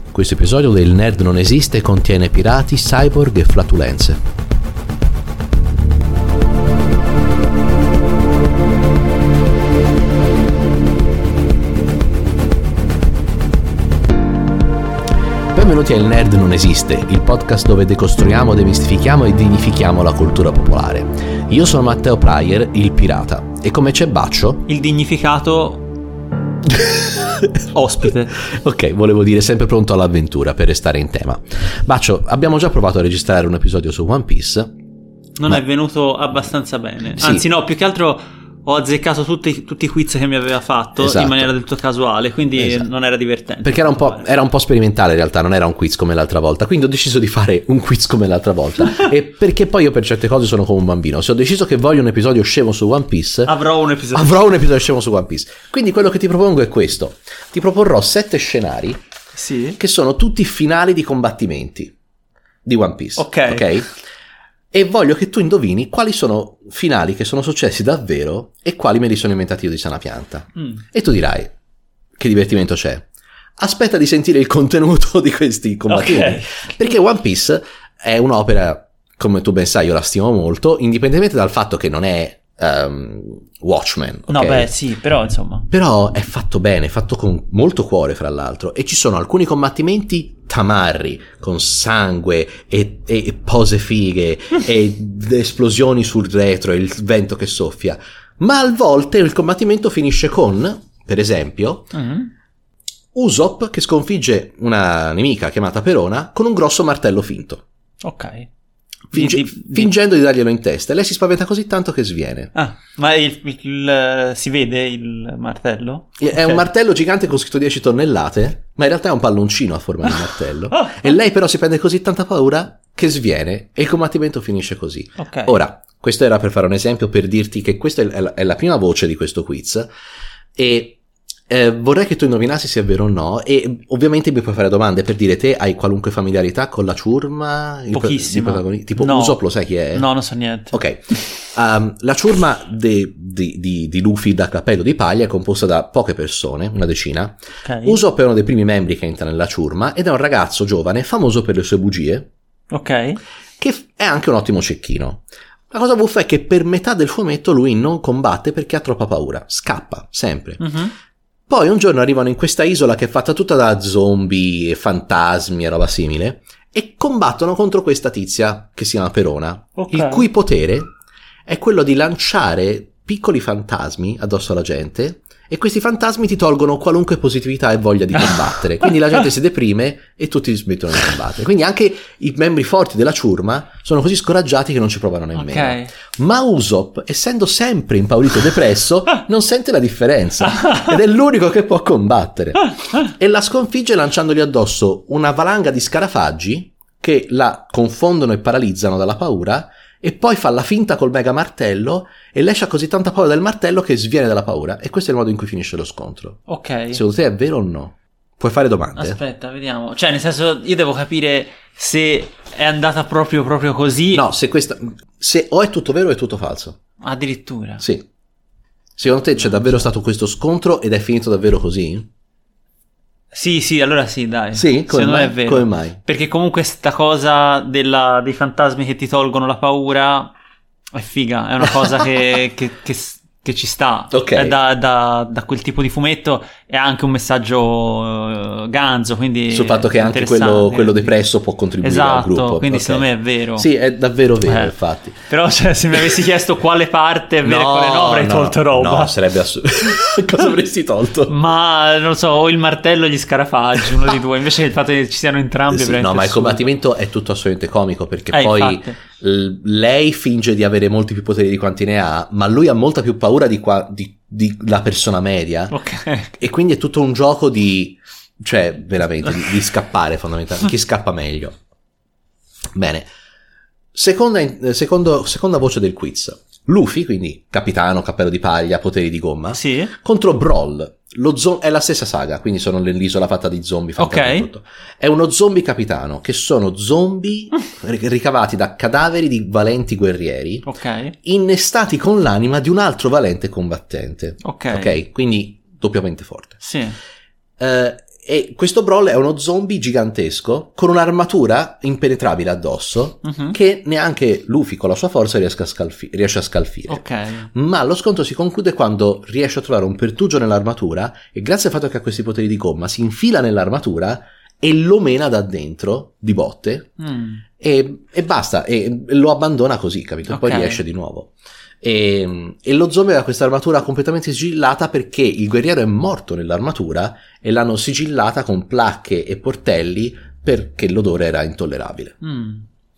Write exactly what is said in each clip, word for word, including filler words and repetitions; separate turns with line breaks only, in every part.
Questo episodio del Nerd Non Esiste contiene pirati, cyborg e flatulenze. Benvenuti al Nerd Non Esiste, il podcast dove decostruiamo, demistifichiamo e dignifichiamo la cultura popolare. Io sono Matteo Pryor, il pirata, e come c'è Baccio,
il dignificato ospite.
Ok, volevo dire sempre pronto all'avventura per restare in tema. Baccio, abbiamo già provato a registrare un episodio su One Piece.
Non
ma...
è venuto abbastanza bene.
Sì.
Anzi no, più che altro ho azzeccato tutti, tutti i quiz che mi aveva fatto, esatto, in maniera del tutto casuale, quindi esatto, non era divertente.
Perché era un po', era un po' sperimentale in realtà, non era un quiz come l'altra volta, quindi ho deciso di fare un quiz come l'altra volta. E perché poi io per certe cose sono come un bambino, se ho deciso che voglio un episodio scemo su One Piece,
avrò un episodio
avrò un episodio scemo su One Piece. Quindi quello che ti propongo è questo: ti proporrò sette scenari,
sì,
che sono tutti finali di combattimenti di One Piece.
Ok,
ok? E voglio che tu indovini quali sono finali che sono successi davvero e quali me li sono inventati io di sana pianta.
Mm.
E tu dirai, che divertimento c'è? Aspetta di sentire il contenuto di questi combattimenti.
Okay.
Perché One Piece è un'opera, come tu ben sai, io la stimo molto, indipendentemente dal fatto che non è um, Watchmen. Okay?
No, beh, sì, però insomma.
Però è fatto bene, è fatto con molto cuore, fra l'altro, e ci sono alcuni combattimenti tamarri, con sangue e, e, e pose fighe e esplosioni sul retro e il vento che soffia, ma a volte il combattimento finisce con, per esempio, mm-hmm. Usopp che sconfigge una nemica chiamata Perona con un grosso martello finto.
Ok.
Finge,
di, di,
fingendo di darglielo in testa, e lei si spaventa così tanto che sviene.
Ah, ma il, il, il, si vede il martello?
È okay. Un martello gigante con scritto dieci tonnellate, ma in realtà è un palloncino a forma di martello. E lei però si prende così tanta paura che sviene e il combattimento finisce così.
Okay.
Ora, questo era per fare un esempio, per dirti che questa è la, è la prima voce di questo quiz, e Eh, vorrei che tu indovinassi se è vero o no, e ovviamente mi puoi fare domande per dire: te hai qualunque familiarità con la ciurma?
Pochissima.
Il tipo
no.
Usopp, lo sai chi è?
No, non so niente.
Ok. Um, la ciurma di, di, di, di Luffy da cappello di paglia è composta da poche persone, una decina.
Okay.
Usopp è uno dei primi membri che entra nella ciurma ed è un ragazzo giovane famoso per le sue bugie.
Ok.
Che è anche un ottimo cecchino. La cosa buffa è che per metà del fumetto lui non combatte perché ha troppa paura, scappa sempre. Mm-hmm. Poi un giorno arrivano in questa isola che è fatta tutta da zombie e fantasmi e roba simile, e combattono contro questa tizia che si chiama Perona, okay. Il cui potere è quello di lanciare piccoli fantasmi addosso alla gente, e questi fantasmi ti tolgono qualunque positività e voglia di combattere. Quindi la gente si deprime e tutti smettono di combattere. Quindi anche i membri forti della ciurma sono così scoraggiati che non ci provano nemmeno.
Okay.
Ma Usopp, essendo sempre impaurito e depresso, non sente la differenza ed è l'unico che può combattere. E la sconfigge lanciandogli addosso una valanga di scarafaggi che la confondono e paralizzano dalla paura, e poi fa la finta col mega martello e lei ha così tanta paura del martello che sviene dalla paura, e questo è il modo in cui finisce lo scontro.
Ok.
Secondo te è vero o no? Puoi fare domande?
Aspetta, vediamo. Cioè, nel senso, io devo capire se è andata proprio proprio così.
No, se questa se o è tutto vero o è tutto falso.
Addirittura.
Sì. Secondo te c'è davvero stato questo scontro ed è finito davvero così?
Sì, sì, allora sì, dai.
Sì, come
secondo
mai?
me è vero.
Come mai?
Perché comunque sta cosa della, dei fantasmi che ti tolgono la paura è figa, è una cosa che, che, che, che ci sta.
Ok.
È da, da, da quel tipo di fumetto, è anche un messaggio uh, ganzo, quindi
sul fatto che anche quello, quello depresso può contribuire
esatto,
al gruppo.
Quindi
okay.
Secondo me è vero.
Sì, è davvero vero,
eh.
infatti.
Però cioè, se mi avessi chiesto quale parte è vera e quale no, avrei
no,
tolto roba.
No, sarebbe assurdo. Cosa avresti tolto?
Ma non so, o il martello e gli scarafaggi, uno di due. Invece il fatto che ci siano entrambi.
Sì, no, ma il combattimento è tutto assolutamente comico, perché
eh,
poi l- lei finge di avere molti più poteri di quanti ne ha, ma lui ha molta più paura di, qua- di, di la persona media.
Ok.
E quindi è tutto un gioco di, cioè veramente di, di scappare, fondamentalmente. Chi scappa meglio. Bene. Seconda, secondo, seconda voce del quiz. Luffy, quindi capitano, cappello di paglia, poteri di gomma,
sì.
Contro Brawl. Lo zo- è la stessa saga, quindi sono nell'isola fatta di zombie.
Ok.
Tutto. È uno zombie capitano, che sono zombie ricavati da cadaveri di valenti guerrieri,
ok,
innestati con l'anima di un altro valente combattente.
Ok.
Ok, quindi doppiamente forte.
Sì.
Uh, E questo Brawl è uno zombie gigantesco con un'armatura impenetrabile addosso uh-huh. che neanche Luffy con la sua forza riesce a, scalfi- riesce a scalfire.
Okay.
Ma lo scontro si conclude quando riesce a trovare un pertugio nell'armatura e grazie al fatto che ha questi poteri di gomma si infila nell'armatura e lo mena da dentro di botte mm. e, e basta, e lo abbandona così, capito? Okay. Poi riesce di nuovo. E, e lo zombie ha questa armatura completamente sigillata perché il guerriero è morto nell'armatura e l'hanno sigillata con placche e portelli perché l'odore era intollerabile.
Mm.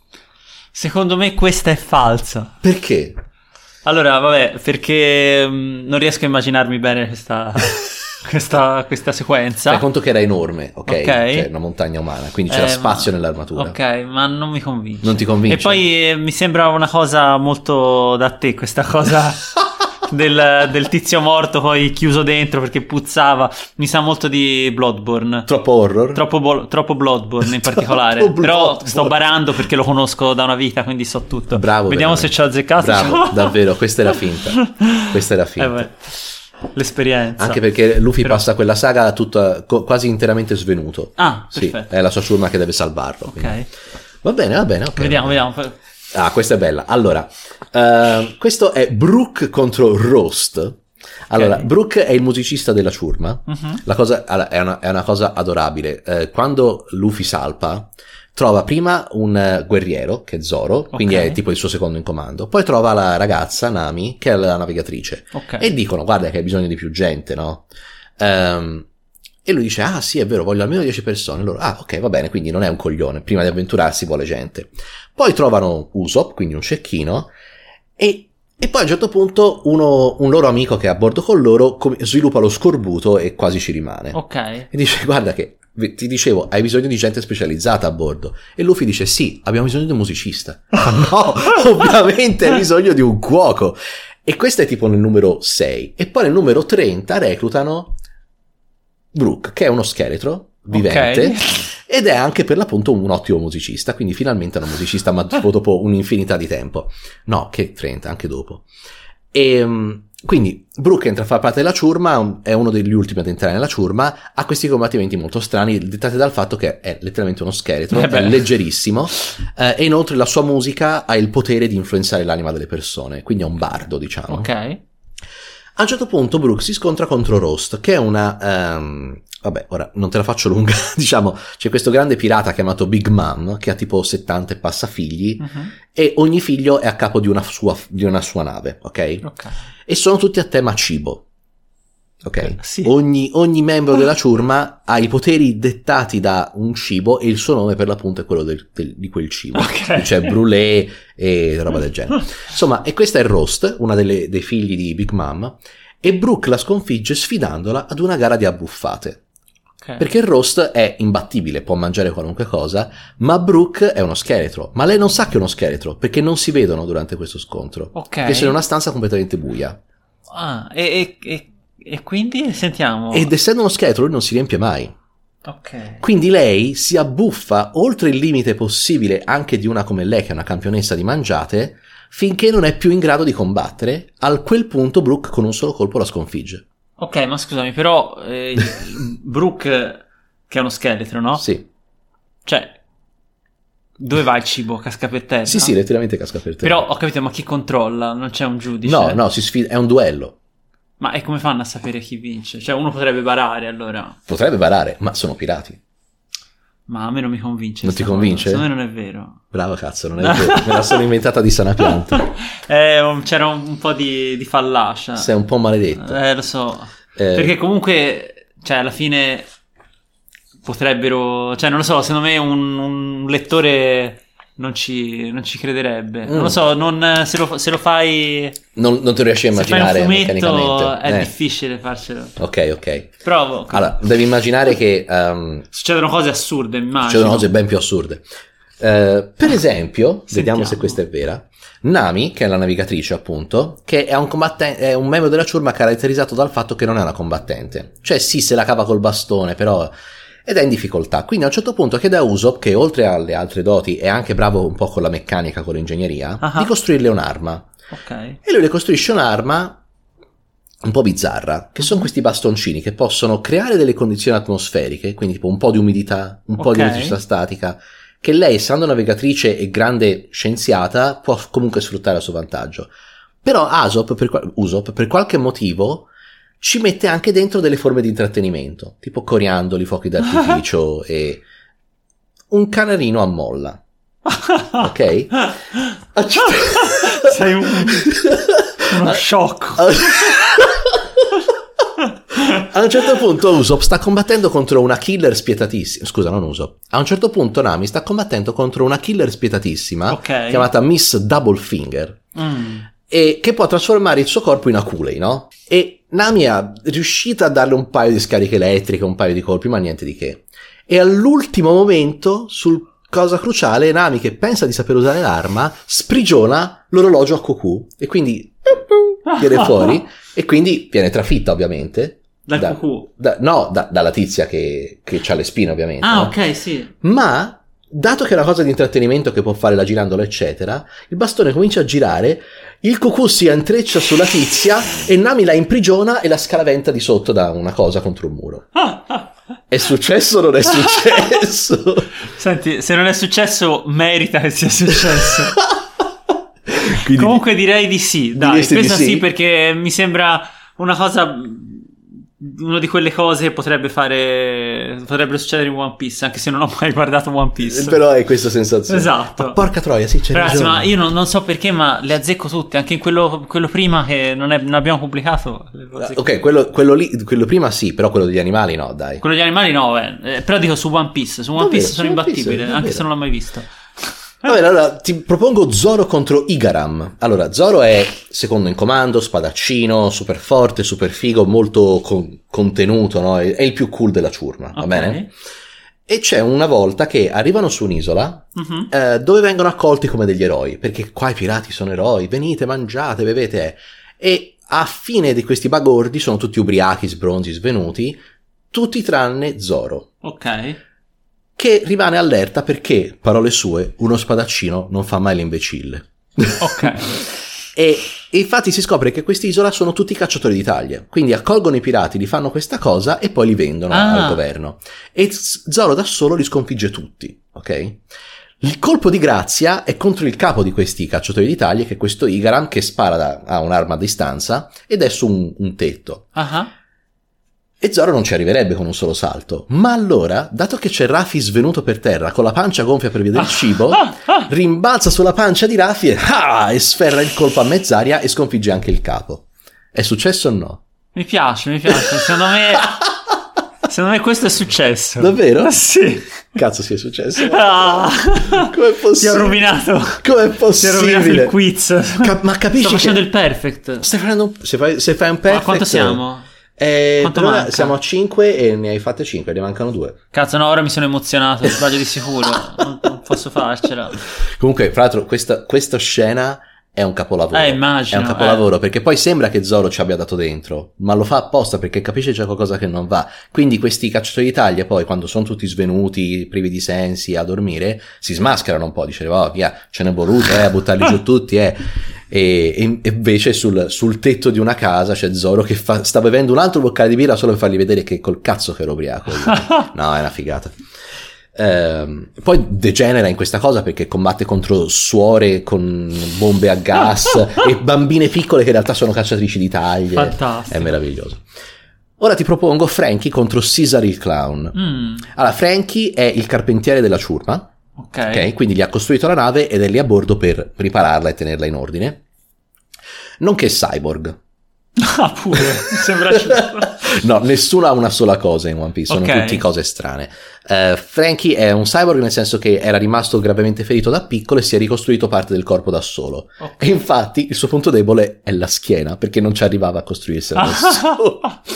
Secondo me questa è falsa.
Perché?
Allora, vabbè, perché um, non riesco a immaginarmi bene questa... Questa, questa sequenza.
Fai conto che era enorme, ok?
okay.
Cioè una montagna umana, quindi c'era eh, spazio ma... nell'armatura.
Ok, ma non mi convince.
Non ti convince?
E poi eh, mi sembra una cosa molto da te, questa cosa del, del tizio morto poi chiuso dentro perché puzzava. Mi sa molto di Bloodborne.
Troppo horror?
Troppo, bo- troppo Bloodborne in particolare. Però Bloodborne. Sto barando perché lo conosco da una vita, quindi so tutto.
Bravo.
Vediamo
veramente.
se ci ho azzeccato.
Bravo, davvero, questa era finta. Questa era finta.
Eh L'esperienza.
Anche perché Luffy
Però...
passa quella saga tutta, co- quasi interamente svenuto.
Ah,
sì,
perfetto.
è la sua ciurma che deve salvarlo.
Ok.
Quindi. Va bene, va bene. Okay.
Vediamo, vediamo.
Ah, questa è bella. Allora, uh, questo è Brook contro Roast. Allora, okay. Brook è il musicista della ciurma. Uh-huh. La cosa è una, è una cosa adorabile. Eh, quando Luffy salpa, trova prima un guerriero, che è Zoro, quindi okay. è tipo il suo secondo in comando. Poi trova la ragazza, Nami, che è la navigatrice. Okay. E dicono, guarda che hai bisogno di più gente, no? Um, e lui dice, ah sì, è vero, voglio almeno dieci persone. Loro, ah ok, va bene, quindi non è un coglione. Prima di avventurarsi vuole gente. Poi trovano Usopp, quindi un cecchino, e... E poi a un certo punto uno, un loro amico che è a bordo con loro com- sviluppa lo scorbuto e quasi ci rimane.
Ok.
E dice, guarda che, ti dicevo, hai bisogno di gente specializzata a bordo. E Luffy dice, sì, abbiamo bisogno di un musicista. No, ovviamente hai bisogno di un cuoco. E questo è tipo nel numero sei. E poi nel numero trenta reclutano Brook, che è uno scheletro vivente. Okay. Ed è anche per l'appunto un ottimo musicista, quindi finalmente è un musicista, ma tipo dopo un'infinità di tempo. No, che trenta, anche dopo. E quindi Brook entra a far parte della ciurma, è uno degli ultimi ad entrare nella ciurma, ha questi combattimenti molto strani, dettati dal fatto che è letteralmente uno scheletro, eh è leggerissimo, eh, e inoltre la sua musica ha il potere di influenzare l'anima delle persone, quindi è un bardo, diciamo.
Ok.
A un certo punto Brook si scontra contro Roast, che è una... Um, vabbè, ora non te la faccio lunga, diciamo, c'è questo grande pirata chiamato Big Mom, che ha tipo settanta e passa figli, uh-huh. e ogni figlio è a capo di una sua, di una sua nave, ok? Ok. E sono tutti a tema cibo, ok? Sì. Ogni, ogni membro della ciurma ha i poteri dettati da un cibo e il suo nome per l'appunto è quello del, del, di quel cibo. Okay. Cioè brûlé e roba del genere. Insomma, e questa è Roast, una delle, dei figli di Big Mom, e Brook la sconfigge sfidandola ad una gara di abbuffate. Okay. Perché il Roast è imbattibile, può mangiare qualunque cosa, ma Brook è uno scheletro. Ma lei non sa che è uno scheletro, perché non si vedono durante questo scontro. Ok. Che sono in una stanza completamente buia.
Ah, e, e, e quindi sentiamo.
Ed essendo uno scheletro lui non si riempie mai.
Ok.
Quindi lei si abbuffa oltre il limite possibile anche di una come lei, che è una campionessa di mangiate, finché non è più in grado di combattere. A quel punto Brook con un solo colpo la sconfigge.
Ok, ma scusami, però eh, Brook, che è uno scheletro, no?
Sì.
Cioè, dove va il cibo? Casca per terra?
Sì, sì, letteralmente casca per terra.
Però ho capito, ma chi controlla? Non c'è un giudice?
No, no, si sfida, è un duello.
Ma e come fanno a sapere chi vince? Cioè, uno potrebbe barare, allora.
Potrebbe barare, ma sono pirati.
Ma a me non mi convince.
Non ti convince?
Secondo me non è vero.
Bravo, cazzo, non è vero. Me la sono inventata di sana pianta.
Eh, c'era un, un po' di, di fallascia.
Sei un po' maledetto.
Eh, lo so. Eh... Perché comunque, cioè, alla fine potrebbero... Cioè, non lo so, secondo me un, un lettore non ci, non ci crederebbe. Mm. Non lo so, non, se, lo, se lo fai... Non, non te lo riesci a immaginare meccanicamente. È eh. difficile farcelo. Ok, ok. Provo. Allora, devi immaginare che... Um, succedono cose assurde, immagino. Succedono cose ben più assurde. Uh, per esempio, vediamo se questa è vera, Nami, che è la navigatrice appunto, che è un, combattente, è un membro della ciurma caratterizzato dal fatto che non è una combattente. Cioè sì, se la cava col bastone, però... ed è in difficoltà. Quindi a un certo punto chiede a Usopp, che oltre alle altre doti è anche bravo un po' con la meccanica, con l'ingegneria, uh-huh. di costruirle un'arma. Ok. E lui le costruisce un'arma
un po' bizzarra, che sono questi bastoncini che possono creare delle condizioni atmosferiche, quindi tipo un po' di umidità, un po' okay. di elettricità statica, che lei, essendo navigatrice e grande scienziata, può comunque sfruttare a suo vantaggio. Però Aesop, per, Usopp, per qualche motivo, ci mette anche dentro delle forme di intrattenimento, tipo coriandoli, fuochi d'artificio e un canarino a molla. Ok?
Sei un, uno sciocco.
A un certo punto Usopp sta combattendo contro una killer spietatissima. Scusa, non Usopp. A un certo punto Nami sta combattendo contro una killer spietatissima, okay. chiamata Miss Double Finger, mm. e che può trasformare il suo corpo in aculei, no? E Nami è riuscita a darle un paio di scariche elettriche, un paio di colpi, ma niente di che. E all'ultimo momento, sul cosa cruciale, Nami, che pensa di saper usare l'arma, sprigiona l'orologio a Cucù e quindi viene fuori e quindi viene trafitta ovviamente
dal da, Cucù
da, no, da, dalla tizia che, che ha le spine ovviamente.
Ah,
no?
ok, sì.
Ma dato che è una cosa di intrattenimento che può fare la girandola eccetera, il bastone comincia a girare, il Cucù si intreccia sulla tizia e Nami la imprigiona e la scaraventa di sotto da una cosa contro un muro. È successo o non è successo?
Senti, se non è successo merita che sia successo. Quindi, comunque direi di sì, dai, questa sì? sì perché mi sembra una cosa, una di quelle cose che potrebbe fare, potrebbe succedere in One Piece, anche se non ho mai guardato One Piece.
Però è questa sensazione.
Esatto.
Ma porca troia, sì, c'è
Ragazzi, ma io non, non so perché, ma le azzecco tutte, anche in quello, quello prima che non, è, non abbiamo pubblicato.
Ok, quello, quello lì, quello prima sì, però quello degli animali no, dai.
Quello degli animali no, eh. Però dico su One Piece, su One
davvero,
Piece sono imbattibile, anche se non l'ho mai visto.
Va bene, allora ti propongo Zoro contro Igaram. Allora, Zoro è secondo in comando, spadaccino, super forte, super figo, molto con- contenuto, no? È, è il più cool della ciurma, va okay. bene? E c'è una volta che arrivano su un'isola uh-huh. eh, dove vengono accolti come degli eroi, perché qua i pirati sono eroi, venite, mangiate, bevete. E a fine di questi bagordi sono tutti ubriachi, sbronzi, svenuti, tutti tranne Zoro.
Ok.
Che rimane allerta perché, parole sue, uno spadaccino non fa mai l'imbecille.
Ok.
e, e infatti si scopre che quest'isola sono tutti cacciatori di taglie, quindi accolgono i pirati, li fanno questa cosa e poi li vendono ah. al governo. E Zoro da solo li sconfigge tutti, ok? Il colpo di grazia è contro il capo di questi cacciatori di taglie, che è questo Igaram, che spara da, ha un'arma a distanza ed è su un, un tetto.
Ah. Uh-huh.
E Zoro non ci arriverebbe con un solo salto. Ma allora, dato che c'è Raffi svenuto per terra con la pancia gonfia per via del cibo, ah, ah. rimbalza sulla pancia di Raffi e, ah, e sferra il colpo a mezz'aria e sconfigge anche il capo. È successo o no?
Mi piace, mi piace. Secondo me... Secondo me questo è successo.
Davvero?
Sì.
Cazzo, sì, è successo.
Ah,
com'è possibile?
Ti ho rovinato.
Com'è possibile?
Ti ho rovinato il quiz.
Ca- ma capisci?
Sto facendo
che...
il perfect.
Stai facendo un... se, fai, se fai un perfect...
Ma quanto siamo?
Eh, siamo a cinque e ne hai fatte cinque, ne mancano due.
Cazzo, no, ora mi sono emozionato, sbaglio di sicuro. non, non posso farcela.
Comunque, fra l'altro, questa, questa scena è un capolavoro.
Eh, immagino.
È un capolavoro,
eh.
perché poi sembra che Zoro ci abbia dato dentro, ma lo fa apposta perché capisce c'è qualcosa che non va. Quindi questi cacciatori di taglia poi, quando sono tutti svenuti, privi di sensi, a dormire, si smascherano un po', dice, oh, via, ce n'è voluto, eh, a buttarli giù tutti, eh. E, e invece sul, sul tetto di una casa c'è Zoro che fa, sta bevendo un altro boccale di birra solo per fargli vedere che col cazzo che era ubriaco. No, è una figata. Ehm, poi degenera in questa cosa perché combatte contro suore con bombe a gas e bambine piccole che in realtà sono cacciatrici di taglie.
Fantastico.
È meraviglioso. Ora ti propongo Franky contro Caesar il clown.
Mm.
Allora, Franky è il carpentiere della ciurma.
Okay.
ok, quindi gli ha costruito la nave ed è lì a bordo per ripararla e tenerla in ordine. Nonché cyborg.
Ah, pure, sembra
No, nessuno ha una sola cosa in One Piece, sono
okay.
tutti cose strane. Uh, Franky è un cyborg nel senso che era rimasto gravemente ferito da piccolo e si è ricostruito parte del corpo da solo. Okay. E infatti il suo punto debole è la schiena, perché non ci arrivava a costruirsela da solo.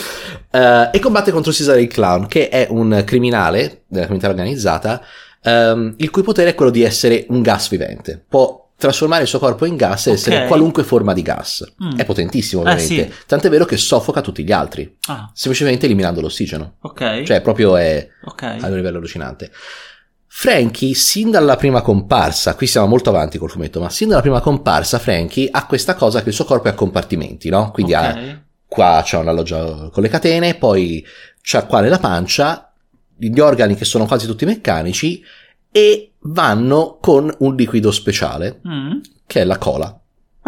uh, e combatte contro Caesar il Clown, che è un criminale della comunità organizzata, um, il cui potere è quello di essere un gas vivente. Può trasformare il suo corpo in gas e okay. essere qualunque forma di gas. Mm. È potentissimo ovviamente, eh, sì. tant'è vero che soffoca tutti gli altri,
ah.
semplicemente eliminando l'ossigeno.
Ok.
Cioè proprio è
okay.
a un livello allucinante. Franky, sin dalla prima comparsa, qui siamo molto avanti col fumetto, ma sin dalla prima comparsa Franky ha questa cosa che il suo corpo è a compartimenti, no? Quindi
okay.
ha qua c'ha una loggia con le catene, poi c'ha qua nella pancia gli organi che sono quasi tutti meccanici e vanno con un liquido speciale mm. che è la cola.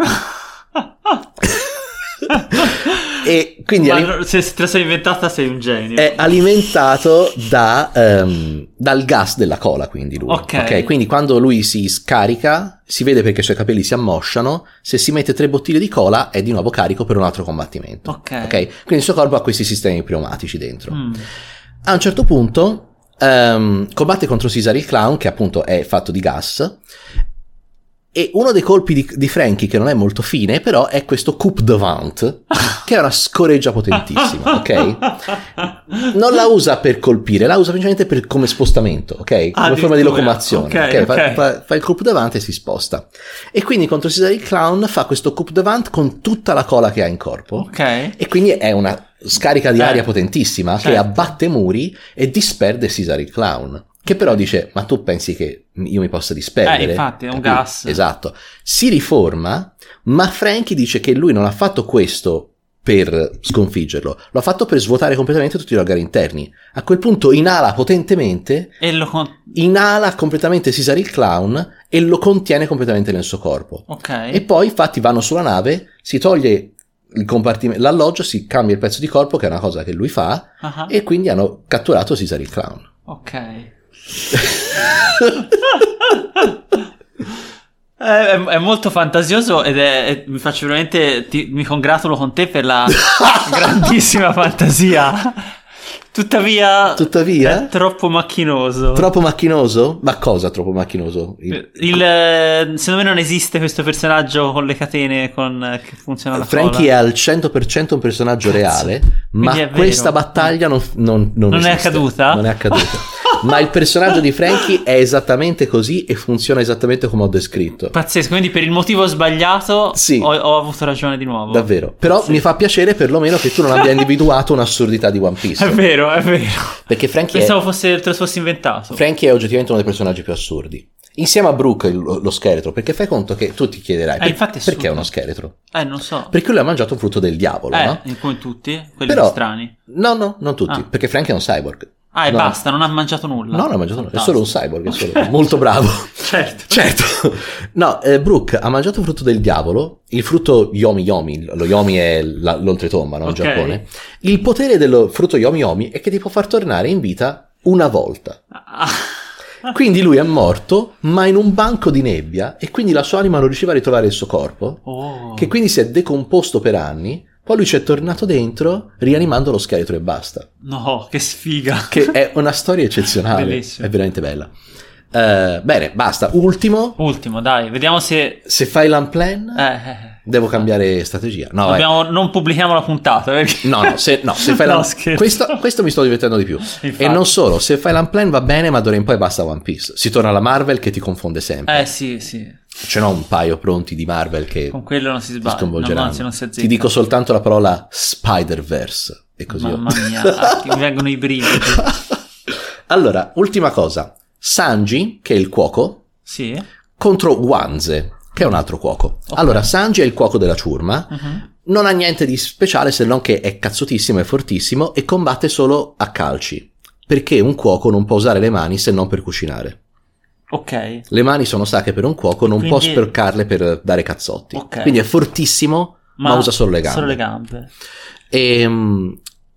E quindi
Ma
alim-
se te la sei inventata sei un genio.
È alimentato da, um, dal gas della cola, quindi lui.
Okay.
ok, quindi quando lui si scarica si vede perché i suoi capelli si ammosciano, se si mette tre bottiglie di cola è di nuovo carico per un altro combattimento.
Ok,
okay? Quindi il suo corpo ha questi sistemi pneumatici dentro.
mm.
A un certo punto um, combatte contro Caesar il Clown, che appunto è fatto di gas, e uno dei colpi di, di Franky, che non è molto fine, però è questo coup de vent, che è una scoreggia potentissima, ok? Non la usa per colpire, la usa principalmente per, come spostamento, ok? Come forma di locomozione,
okay,
okay?
Okay.
Fa, fa, fa il coup de vent e si sposta. E quindi contro Caesar il Clown fa questo coup de vent con tutta la cola che ha in corpo,
ok?
E quindi è una scarica di eh, aria potentissima, certo, che abbatte muri e disperde Caesar il Clown. Che però dice, ma tu pensi che io mi possa disperdere?
Eh, infatti, è un gas.
Esatto. Si riforma, ma Franky dice che lui non ha fatto questo per sconfiggerlo, lo ha fatto per svuotare completamente tutti gli organi interni. A quel punto inala potentemente,
e lo con-
inala completamente Caesar il Clown e lo contiene completamente nel suo corpo.
Ok.
E poi, infatti, vanno sulla nave, si toglie il compartimento, l'alloggio, si cambia il pezzo di corpo, che è una cosa che lui fa, uh-huh. e quindi hanno catturato Caesar il Clown.
Ok. è, è molto fantasioso ed è, è mi faccio veramente ti, mi congratulo con te per la grandissima fantasia. Tuttavia,
Tuttavia
è troppo macchinoso.
Troppo macchinoso? Ma cosa troppo macchinoso?
Il, il, secondo me non esiste questo personaggio con le catene con, che funziona la
Franky
cola.
è al cento per cento un personaggio Cazzo. reale, ma questa battaglia non, non, non,
non
esiste.
è accaduta?
Non è accaduta. Ma il personaggio di Franky è esattamente così e funziona esattamente come ho descritto.
Pazzesco, quindi per il motivo sbagliato
sì.
ho, ho avuto ragione di nuovo.
Davvero. Però Pazzesco. Mi fa piacere perlomeno che tu non abbia individuato un'assurdità di One Piece.
È vero, è vero.
Perché Franky
Pensavo
è...
fosse, te lo fossi inventato.
Franky è oggettivamente uno dei personaggi più assurdi. Insieme a Brook, lo, lo scheletro, perché fai conto che tu ti chiederai
eh,
per,
infatti è
perché è uno scheletro?
Eh, non so.
Perché lui ha mangiato un frutto del diavolo,
eh,
no?
come tutti, quelli
Però,
strani.
No, no, non tutti,
ah.
perché Franky è un cyborg.
Ah, e
no.
basta, non ha mangiato nulla.
No, non ha mangiato nulla, è solo un cyborg, è solo molto bravo.
Certo.
Certo. No, eh, Brook ha mangiato il frutto del diavolo, il frutto Yomi Yomi, lo Yomi è la, l'oltretomba, no? In
okay.
Giappone. Il potere del frutto Yomi Yomi è che ti può far tornare in vita una volta.
Ah.
Quindi lui è morto, ma in un banco di nebbia, e quindi la sua anima non riusciva a ritrovare il suo corpo,
oh.
che quindi si è decomposto per anni. Poi lui ci è tornato dentro, rianimando lo scheletro e basta.
No, che sfiga.
Che è una storia eccezionale.
Bellissimo.
È veramente bella. Uh, bene, basta. Ultimo.
Ultimo, dai, vediamo se...
Se fai l'unplan,
eh, eh.
devo cambiare strategia. No,
Dobbiamo... non pubblichiamo la puntata. Perché...
No, no, se, no, se fai
no,
l'unplan... questo, questo mi sto divertendo di più. Infatti. E non solo, se fai l'unplan va bene, ma d'ora in poi basta One Piece. Si torna alla Marvel che ti confonde sempre.
Eh sì, sì.
Ce n'ho un paio pronti di Marvel che
con quello non si sbaglia,
sconvolgeranno.
No, anzi, non si azzecca.
Ti dico soltanto la parola Spider-Verse e così.
Mamma mia, ah, mi vengono i brividi.
Allora, ultima cosa. Sanji, che è il cuoco,
sì,
contro Wanze, che è un altro cuoco. Okay. Allora, Sanji è il cuoco della ciurma, uh-huh. non ha niente di speciale se non che è cazzutissimo e fortissimo e combatte solo a calci, perché un cuoco non può usare le mani se non per cucinare.
Ok.
Le mani sono sacre per un cuoco, non Quindi... può sporcarle per dare cazzotti.
Okay.
Quindi è fortissimo, ma, ma usa solo le gambe.
Solo le gambe.
E...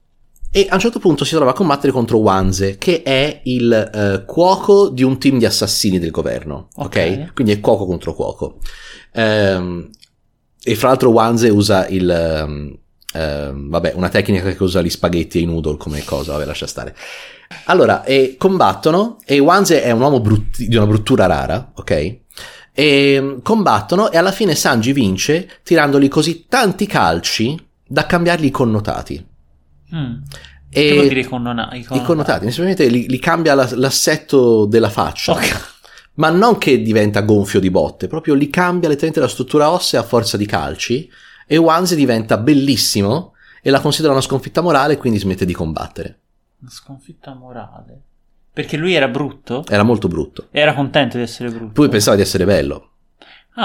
E a un certo punto si trova a combattere contro Wanze, che è il uh, cuoco di un team di assassini del governo, ok? okay? Quindi è cuoco contro cuoco. Um, e fra l'altro Wanze usa il... Um, um, vabbè, una tecnica che usa gli spaghetti e i noodle come cosa, vabbè, lascia stare. Allora, e combattono, e Wanze è un uomo brutti, di una bruttura rara, ok? E combattono, e alla fine Sanji vince tirandogli così tanti calci da cambiargli i connotati.
Mm. E che vuol dire i connotati?
I connotati, semplicemente li, li cambia la, l'assetto della faccia, okay. Ma non che diventa gonfio di botte, proprio li cambia letteralmente la struttura ossea a forza di calci, e Wanze diventa bellissimo e la considera una sconfitta morale, quindi smette di combattere.
Una sconfitta morale? Perché lui era brutto?
Era molto brutto.
E era contento di essere brutto?
Lui pensava di essere bello.
Ah.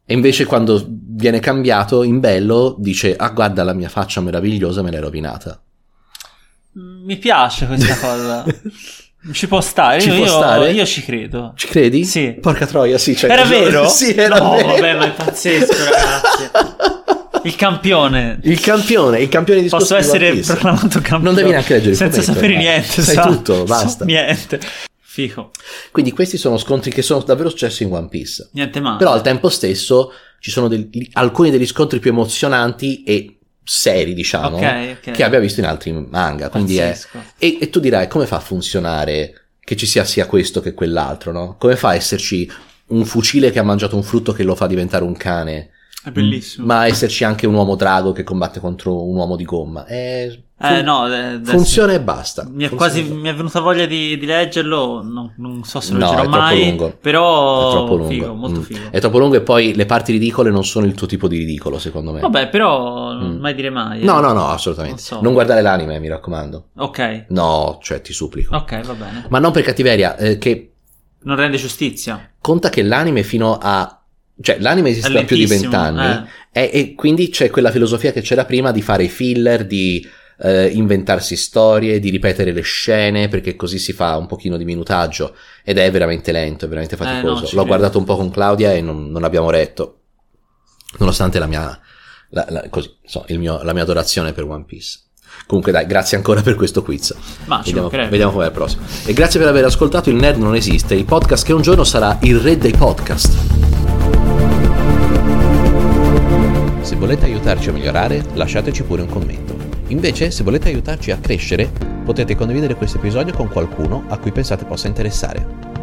E invece quando viene cambiato in bello dice ah guarda la mia faccia meravigliosa me l'hai rovinata.
Mi piace questa cosa. Ci può stare,
ci
io,
può
io,
stare?
Io ci credo.
Ci credi?
Sì.
Porca troia, sì. Cioè,
era vero?
Sì, era
no,
vero.
vabbè, ma è pazzesco, ragazzi. Il campione.
Il campione, il campione di
Posso essere proclamato campione.
Non devi neanche leggere il
senza
fumetto,
sapere niente.
Sai
sa?
tutto, basta.
So niente. Fico.
Quindi questi sono scontri che sono davvero successi in One Piece.
Niente male.
Però al tempo stesso ci sono del, alcuni degli scontri più emozionanti e seri, diciamo,
okay, okay.
che abbia visto in altri manga. Quindi è, e, e tu dirai come fa a funzionare che ci sia sia questo che quell'altro, no? Come fa a esserci un fucile che ha mangiato un frutto che lo fa diventare un cane?
È bellissimo.
Ma esserci anche un uomo drago che combatte contro un uomo di gomma. È... Fun-
eh, no, de- de-
funziona e basta.
Mi è
funziona
quasi
e
mi è venuta voglia di, di leggerlo. No, non so se lo
no,
leggerò
è
mai.
Troppo lungo.
Però
è troppo lungo.
Figo, molto
mm.
figo.
È troppo lungo e poi le parti ridicole non sono il tuo tipo di ridicolo, secondo me.
Vabbè, però
mm.
non mai dire mai. Eh.
No, no, no, assolutamente. Non, so. non guardare l'anime, mi raccomando.
Ok.
No, cioè ti supplico.
Ok, va bene.
Ma non per cattiveria, eh, che
non rende giustizia.
Conta che l'anime fino a cioè l'anime esiste da più di vent'anni
eh.
e, e quindi c'è quella filosofia che c'era prima di fare i filler, di eh, inventarsi storie, di ripetere le scene perché così si fa un pochino di minutaggio ed è veramente lento, è veramente faticoso.
Eh, no,
L'ho
credo.
guardato un po' con Claudia e non, non abbiamo retto, nonostante la mia la, la, così, so, il mio, la mia adorazione per One Piece. Comunque dai, grazie ancora per questo quiz.
Ma
vediamo, vediamo com'è il prossimo. E grazie per aver ascoltato Il Nerd Non Esiste, il podcast che un giorno sarà il re dei podcast. Se volete aiutarci a migliorare, lasciateci pure un commento. Invece, se volete aiutarci a crescere, potete condividere questo episodio con qualcuno a cui pensate possa interessare.